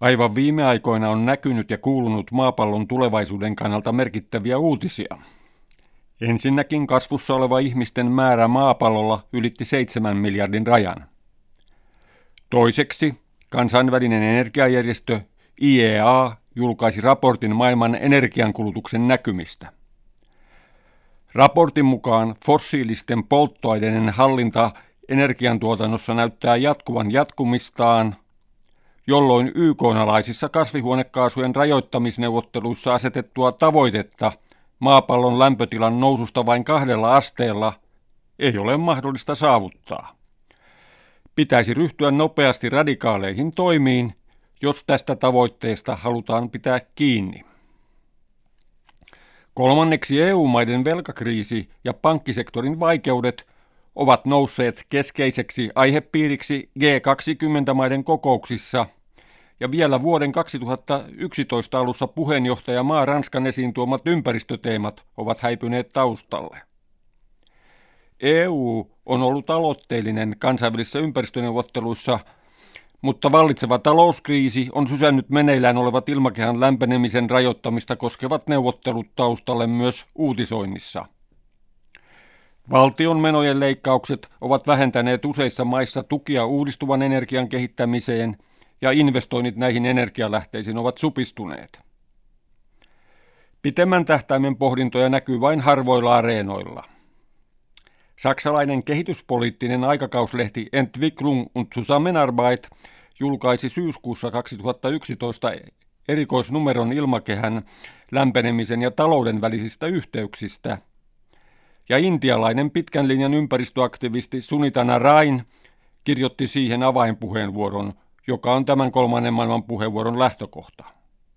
Aivan viime aikoina on näkynyt ja kuulunut maapallon tulevaisuuden kannalta merkittäviä uutisia. Ensinnäkin kasvussa oleva ihmisten määrä maapallolla ylitti 7 miljardin rajan. Toiseksi kansainvälinen energiajärjestö IEA julkaisi raportin maailman energiankulutuksen näkymistä. Raportin mukaan fossiilisten polttoaineiden hallinta energiantuotannossa näyttää jatkuvan jatkumistaan, jolloin YK-alaisissa kasvihuonekaasujen rajoittamisneuvotteluissa asetettua tavoitetta maapallon lämpötilan noususta vain 2 asteella ei ole mahdollista saavuttaa. Pitäisi ryhtyä nopeasti radikaaleihin toimiin, jos tästä tavoitteesta halutaan pitää kiinni. Kolmanneksi EU-maiden velkakriisi ja pankkisektorin vaikeudet ovat nousseet keskeiseksi aihepiiriksi G20-maiden kokouksissa, ja vielä vuoden 2011 alussa puheenjohtajamaa Ranskan esiin tuomat ympäristöteemat ovat häipyneet taustalle. EU on ollut aloitteellinen kansainvälisissä ympäristöneuvotteluissa, mutta vallitseva talouskriisi on sysännyt meneillään olevat ilmakehän lämpenemisen rajoittamista koskevat neuvottelut taustalle myös uutisoinnissa. Valtion menojen leikkaukset ovat vähentäneet useissa maissa tukia uudistuvan energian kehittämiseen ja investoinnit näihin energialähteisiin ovat supistuneet. Pitemmän tähtäimen pohdintoja näkyy vain harvoilla areenoilla. Saksalainen kehityspoliittinen aikakauslehti Entwicklung und Zusammenarbeit julkaisi syyskuussa 2011 erikoisnumeron ilmakehän lämpenemisen ja talouden välisistä yhteyksistä, ja intialainen pitkän linjan ympäristöaktivisti Sunita Narain kirjoitti siihen avainpuheenvuoron, joka on tämän 3. maailman puheenvuoron lähtökohta.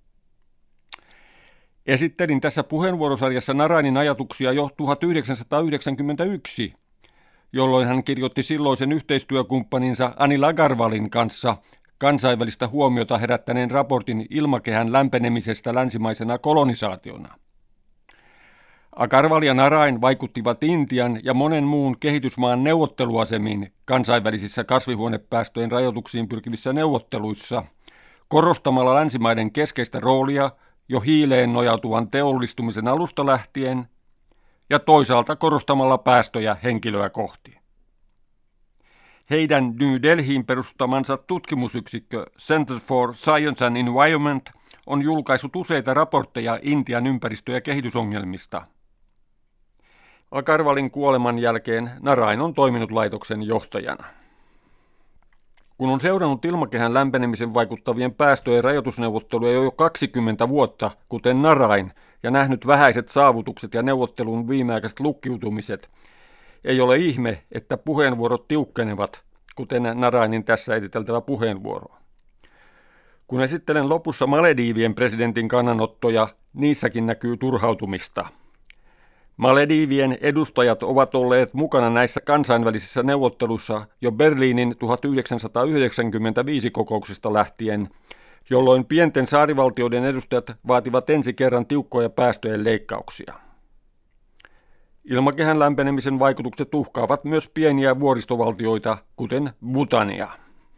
Esittelin tässä puheenvuorosarjassa Narainin ajatuksia jo 1991, jolloin hän kirjoitti silloisen yhteistyökumppaninsa Anil Agarwalin kanssa kansainvälistä huomiota herättäneen raportin ilmakehän lämpenemisestä länsimaisena kolonisaationa. Agarwal ja Narain vaikuttivat Intian ja monen muun kehitysmaan neuvotteluasemiin kansainvälisissä kasvihuonepäästöjen rajoituksiin pyrkivissä neuvotteluissa, korostamalla länsimaiden keskeistä roolia jo hiileen nojautuvan teollistumisen alusta lähtien ja toisaalta korostamalla päästöjä henkilöä kohti. Heidän New Delhiin perustamansa tutkimusyksikkö Center for Science and Environment on julkaissut useita raportteja Intian ympäristö- ja kehitysongelmista. Agarwalin kuoleman jälkeen Narain on toiminut laitoksen johtajana. Kun on seurannut ilmakehän lämpenemisen vaikuttavien päästöjen rajoitusneuvotteluja jo 20 vuotta, kuten Narain, ja nähnyt vähäiset saavutukset ja neuvottelun viimeaikaiset lukkiutumiset, ei ole ihme, että puheenvuorot tiukkenevat, kuten Narainin tässä esiteltävä puheenvuoro. Kun esittelen lopussa Malediivien presidentin kannanottoja, niissäkin näkyy turhautumista. Malediivien edustajat ovat olleet mukana näissä kansainvälisissä neuvotteluissa jo Berliinin 1995 kokouksesta lähtien, jolloin pienten saarivaltioiden edustajat vaativat ensi kerran tiukkoja päästöjen leikkauksia. Ilmakehän lämpenemisen vaikutukset uhkaavat myös pieniä vuoristovaltioita, kuten Bhutania.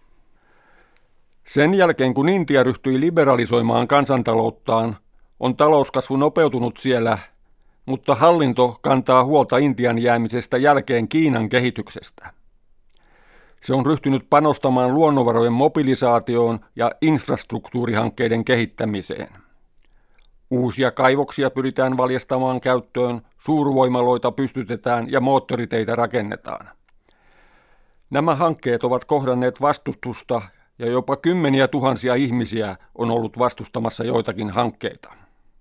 Sen jälkeen, kun Intia ryhtyi liberalisoimaan kansantalouttaan, on talouskasvu nopeutunut siellä, mutta hallinto kantaa huolta Intian jäämisestä jälkeen Kiinan kehityksestä. Se on ryhtynyt panostamaan luonnonvarojen mobilisaatioon ja infrastruktuurihankkeiden kehittämiseen. Uusia kaivoksia pyritään valjastamaan käyttöön, suurvoimaloita pystytetään ja moottoriteitä rakennetaan. Nämä hankkeet ovat kohdanneet vastustusta ja jopa 10 000 ihmisiä on ollut vastustamassa joitakin hankkeita.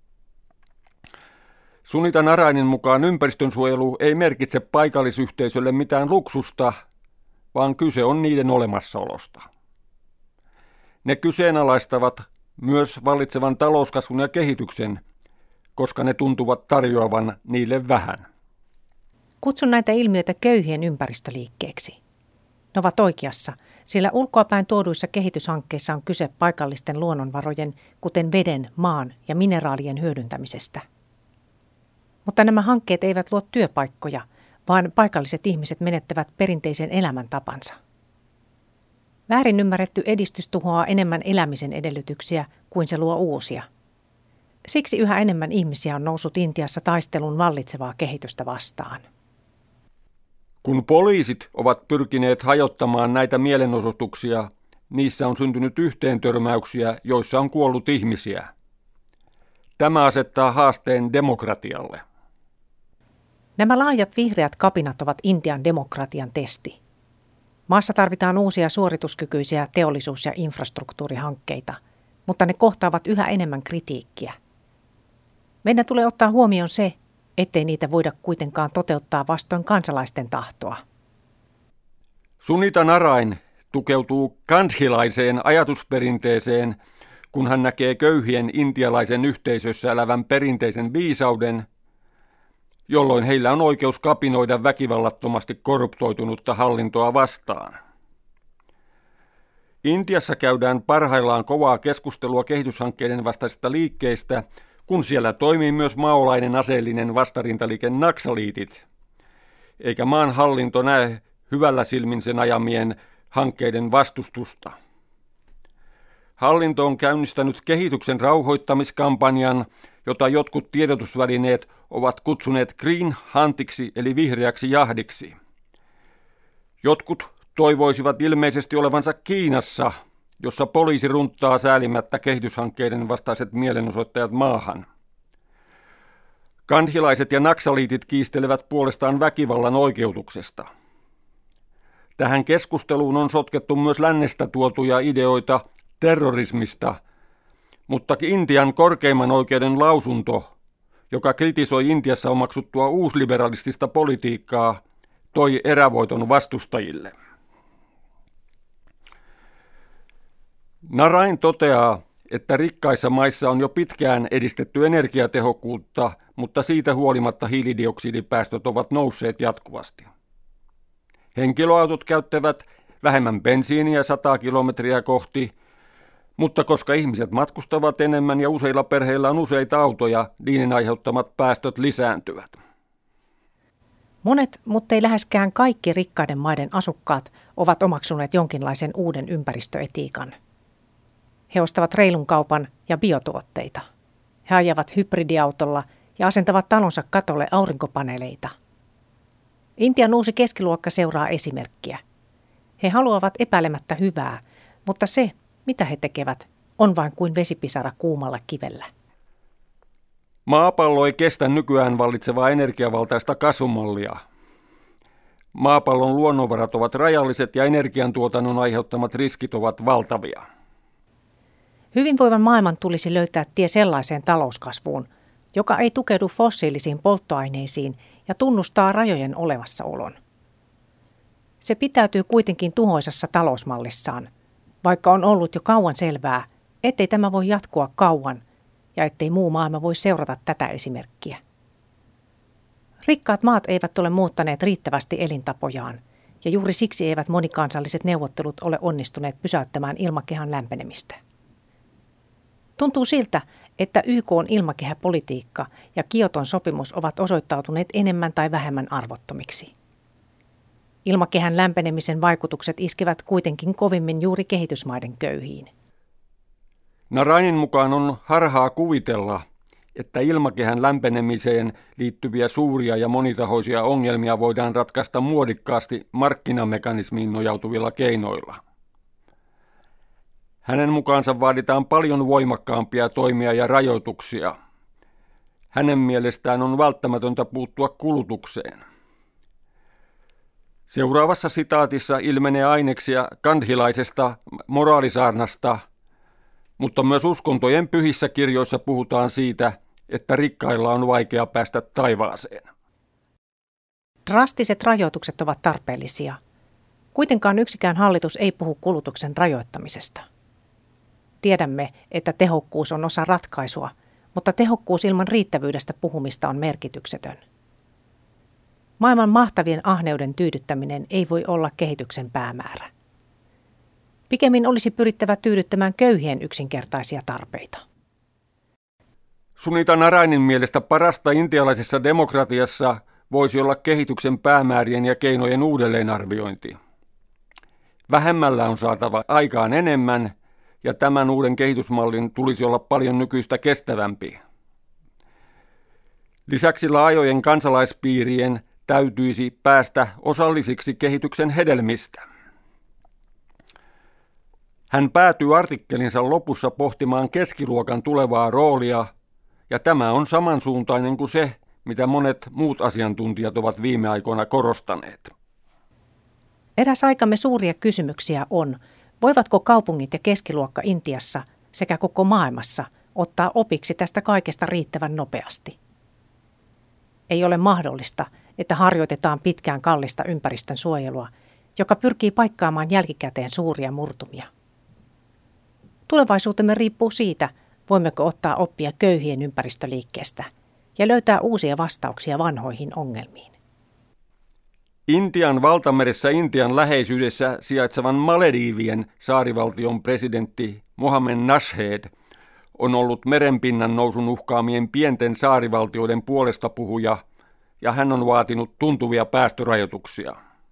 Sunita Narainin mukaan ympäristönsuojelu ei merkitse paikallisyhteisölle mitään luksusta, vaan kyse on niiden olemassaolosta. Ne kyseenalaistavat myös vallitsevan talouskasvun ja kehityksen, koska ne tuntuvat tarjoavan niille vähän. Kutsun näitä ilmiöitä köyhien ympäristöliikkeeksi. Ne ovat oikeassa, sillä ulkoapäin tuoduissa kehityshankkeissa on kyse paikallisten luonnonvarojen, kuten veden, maan ja mineraalien hyödyntämisestä. Mutta nämä hankkeet eivät luo työpaikkoja, vaan paikalliset ihmiset menettävät perinteisen elämäntapansa. Väärin ymmärretty edistys tuhoaa enemmän elämisen edellytyksiä kuin se luo uusia. Siksi yhä enemmän ihmisiä on noussut Intiassa taistelun vallitsevaa kehitystä vastaan. Kun poliisit ovat pyrkineet hajottamaan näitä mielenosoituksia, niissä on syntynyt yhteentörmäyksiä, joissa on kuollut ihmisiä. Tämä asettaa haasteen demokratialle. Nämä laajat vihreät kapinat ovat Intian demokratian testi. Maassa tarvitaan uusia suorituskykyisiä teollisuus- ja infrastruktuurihankkeita, mutta ne kohtaavat yhä enemmän kritiikkiä. Meidän tulee ottaa huomioon se, ettei niitä voida kuitenkaan toteuttaa vastoin kansalaisten tahtoa. Sunita Narain tukeutuu gandhilaiseen ajatusperinteeseen, kun hän näkee köyhien intialaisen yhteisössä elävän perinteisen viisauden, jolloin heillä on oikeus kapinoida väkivallattomasti korruptoitunutta hallintoa vastaan. Intiassa käydään parhaillaan kovaa keskustelua kehityshankkeiden vastaisista liikkeistä, kun siellä toimii myös maolainen aseellinen vastarintaliike naksaliitit, eikä maan hallinto näe hyvällä silmin sen ajamien hankkeiden vastustusta. Hallinto on käynnistänyt kehityksen rauhoittamiskampanjan, jota jotkut tiedotusvälineet ovat kutsuneet Green Huntiksi eli vihreäksi jahdiksi. Jotkut toivoisivat ilmeisesti olevansa Kiinassa, jossa poliisi runttaa säälimättä kehityshankkeiden vastaiset mielenosoittajat maahan. Gandhilaiset ja naksaliitit kiistelevät puolestaan väkivallan oikeutuksesta. Tähän keskusteluun on sotkettu myös lännestä tuotuja ideoita terrorismista, mutta Intian korkeimman oikeuden lausunto, joka kritisoi Intiassa omaksuttua uusliberalistista politiikkaa, toi erävoiton vastustajille. Narain toteaa, että rikkaissa maissa on jo pitkään edistetty energiatehokkuutta, mutta siitä huolimatta hiilidioksidipäästöt ovat nousseet jatkuvasti. Henkilöautot käyttävät vähemmän bensiiniä 100 kilometriä kohti, mutta koska ihmiset matkustavat enemmän ja useilla perheillä on useita autoja, niiden aiheuttamat päästöt lisääntyvät. Monet, mutta ei läheskään kaikki rikkaiden maiden asukkaat ovat omaksuneet jonkinlaisen uuden ympäristöetiikan. He ostavat reilun kaupan ja biotuotteita. He ajavat hybridiautolla ja asentavat talonsa katolle aurinkopaneeleita. Intian uusi keskiluokka seuraa esimerkkiä. He haluavat epäilemättä hyvää, mutta se, mitä he tekevät, on vain kuin vesipisara kuumalla kivellä. Maapallo ei kestä nykyään vallitsevaa energiavaltaista kasvumallia. Maapallon luonnonvarat ovat rajalliset ja energiantuotannon aiheuttamat riskit ovat valtavia. Hyvinvoivan maailman tulisi löytää tie sellaiseen talouskasvuun, joka ei tukeudu fossiilisiin polttoaineisiin ja tunnustaa rajojen olemassaolon. Se pitäytyy kuitenkin tuhoisassa talousmallissaan, vaikka on ollut jo kauan selvää, ettei tämä voi jatkua kauan ja ettei muu maailma voi seurata tätä esimerkkiä. Rikkaat maat eivät ole muuttaneet riittävästi elintapojaan, ja juuri siksi eivät monikansalliset neuvottelut ole onnistuneet pysäyttämään ilmakehän lämpenemistä. Tuntuu siltä, että YK:n ilmakehäpolitiikka ja Kioton sopimus ovat osoittautuneet enemmän tai vähemmän arvottomiksi. Ilmakehän lämpenemisen vaikutukset iskevät kuitenkin kovimmin juuri kehitysmaiden köyhiin. Narainin mukaan on harhaa kuvitella, että ilmakehän lämpenemiseen liittyviä suuria ja monitahoisia ongelmia voidaan ratkaista muodikkaasti markkinamekanismiin nojautuvilla keinoilla. Hänen mukaansa vaaditaan paljon voimakkaampia toimia ja rajoituksia. Hänen mielestään on välttämätöntä puuttua kulutukseen. Seuraavassa sitaatissa ilmenee aineksia gandhilaisesta moraalisaarnasta, mutta myös uskontojen pyhissä kirjoissa puhutaan siitä, että rikkailla on vaikea päästä taivaaseen. Drastiset rajoitukset ovat tarpeellisia. Kuitenkaan yksikään hallitus ei puhu kulutuksen rajoittamisesta. Tiedämme, että tehokkuus on osa ratkaisua, mutta tehokkuus ilman riittävyydestä puhumista on merkityksetön. Maailman mahtavien ahneuden tyydyttäminen ei voi olla kehityksen päämäärä. Pikemmin olisi pyrittävä tyydyttämään köyhien yksinkertaisia tarpeita. Sunita Narainin mielestä parasta intialaisessa demokratiassa voisi olla kehityksen päämäärien ja keinojen uudelleenarviointi. Vähemmällä on saatava aikaan enemmän, ja tämän uuden kehitysmallin tulisi olla paljon nykyistä kestävämpi. Lisäksi laajojen kansalaispiirien täytyisi päästä osallisiksi kehityksen hedelmistä. Hän päätyy artikkelinsa lopussa pohtimaan keskiluokan tulevaa roolia, ja tämä on samansuuntainen kuin se, mitä monet muut asiantuntijat ovat viime aikoina korostaneet. Eräs aikamme suuria kysymyksiä on, voivatko kaupungit ja keskiluokka Intiassa sekä koko maailmassa ottaa opiksi tästä kaikesta riittävän nopeasti? Ei ole mahdollista, että harjoitetaan pitkään kallista ympäristön suojelua, joka pyrkii paikkaamaan jälkikäteen suuria murtumia. Tulevaisuutemme riippuu siitä, voimmeko ottaa oppia köyhien ympäristöliikkeestä ja löytää uusia vastauksia vanhoihin ongelmiin. Intian valtameressä Intian läheisyydessä sijaitsevan Malediivien saarivaltion presidentti Mohammed Nasheed on ollut merenpinnan nousun uhkaamien pienten saarivaltioiden puolestapuhuja, ja hän on vaatinut tuntuvia päästörajoituksia.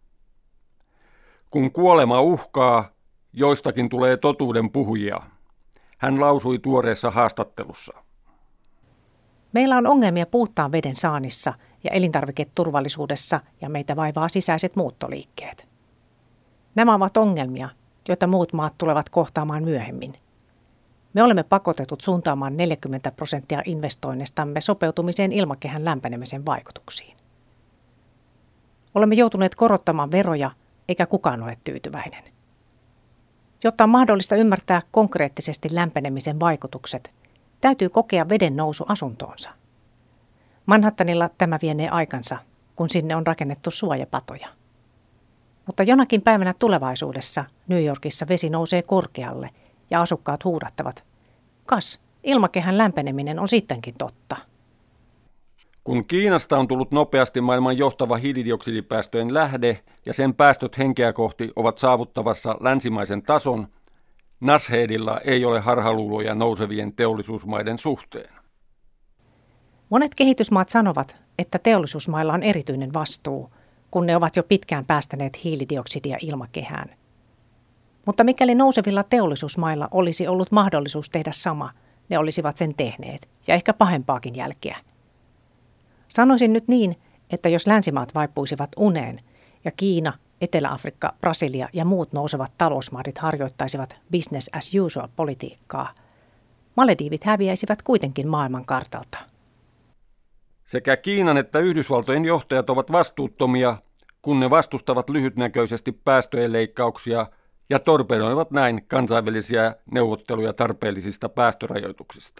Kun kuolema uhkaa, joistakin tulee totuuden puhujia, hän lausui tuoreessa haastattelussa. Meillä on ongelmia puhtaan veden saannissa ja elintarviketurvallisuudessa, ja meitä vaivaa sisäiset muuttoliikkeet. Nämä ovat ongelmia, joita muut maat tulevat kohtaamaan myöhemmin. Me olemme pakotetut suuntaamaan 40% investoinnistamme sopeutumiseen ilmakehän lämpenemisen vaikutuksiin. Olemme joutuneet korottamaan veroja, eikä kukaan ole tyytyväinen. Jotta on mahdollista ymmärtää konkreettisesti lämpenemisen vaikutukset, täytyy kokea veden nousu asuntoonsa. Manhattanilla tämä vienee aikansa, kun sinne on rakennettu suojapatoja. Mutta jonakin päivänä tulevaisuudessa New Yorkissa vesi nousee korkealle ja asukkaat huudattavat, kas, ilmakehän lämpeneminen on sittenkin totta. Kun Kiinasta on tullut nopeasti maailman johtava hiilidioksidipäästöjen lähde ja sen päästöt henkeä kohti ovat saavuttavassa länsimaisen tason, Nasheedilla ei ole harhaluuloja nousevien teollisuusmaiden suhteen. Monet kehitysmaat sanovat, että teollisuusmailla on erityinen vastuu, kun ne ovat jo pitkään päästäneet hiilidioksidia ilmakehään. Mutta mikäli nousevilla teollisuusmailla olisi ollut mahdollisuus tehdä sama, ne olisivat sen tehneet, ja ehkä pahempaakin jälkeä. Sanoisin nyt niin, että jos länsimaat vaipuisivat uneen ja Kiina, Etelä-Afrikka, Brasilia ja muut nousevat talousmaat harjoittaisivat business as usual -politiikkaa, Malediivit häviäisivät kuitenkin maailman kartalta. Sekä Kiinan että Yhdysvaltojen johtajat ovat vastuuttomia, kun ne vastustavat lyhytnäköisesti päästöjen leikkauksia ja torpedoivat näin kansainvälisiä neuvotteluja tarpeellisista päästörajoituksista.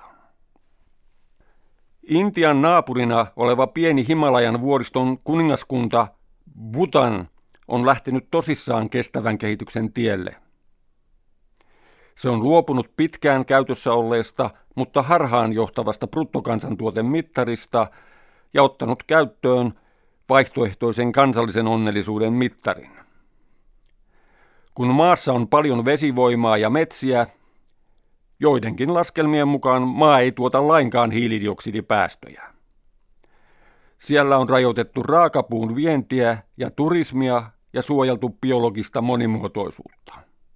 Intian naapurina oleva pieni Himalajan vuoriston kuningaskunta Bhutan on lähtenyt tosissaan kestävän kehityksen tielle. Se on luopunut pitkään käytössä olleesta, mutta harhaan johtavasta bruttokansantuotemittarista ja ottanut käyttöön vaihtoehtoisen kansallisen onnellisuuden mittarin. Kun maassa on paljon vesivoimaa ja metsiä, joidenkin laskelmien mukaan maa ei tuota lainkaan hiilidioksidipäästöjä. Siellä on rajoitettu raakapuun vientiä ja turismia ja suojeltu biologista monimuotoisuutta.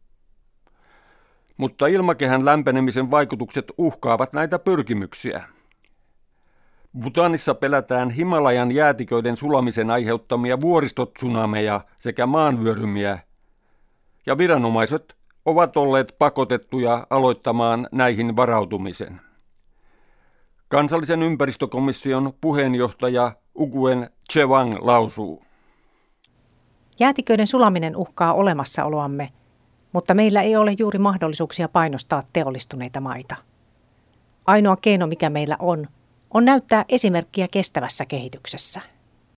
Mutta ilmakehän lämpenemisen vaikutukset uhkaavat näitä pyrkimyksiä. Bhutanissa pelätään Himalajan jäätiköiden sulamisen aiheuttamia vuoristotsunameja sekä maanvyörymiä, ja viranomaiset ovat olleet pakotettuja aloittamaan näihin varautumisen. Kansallisen ympäristökomission puheenjohtaja Uguen Chewang lausuu. Jäätiköiden sulaminen uhkaa olemassaoloamme, mutta meillä ei ole juuri mahdollisuuksia painostaa teollistuneita maita. Ainoa keino, mikä meillä on näyttää esimerkkiä kestävässä kehityksessä.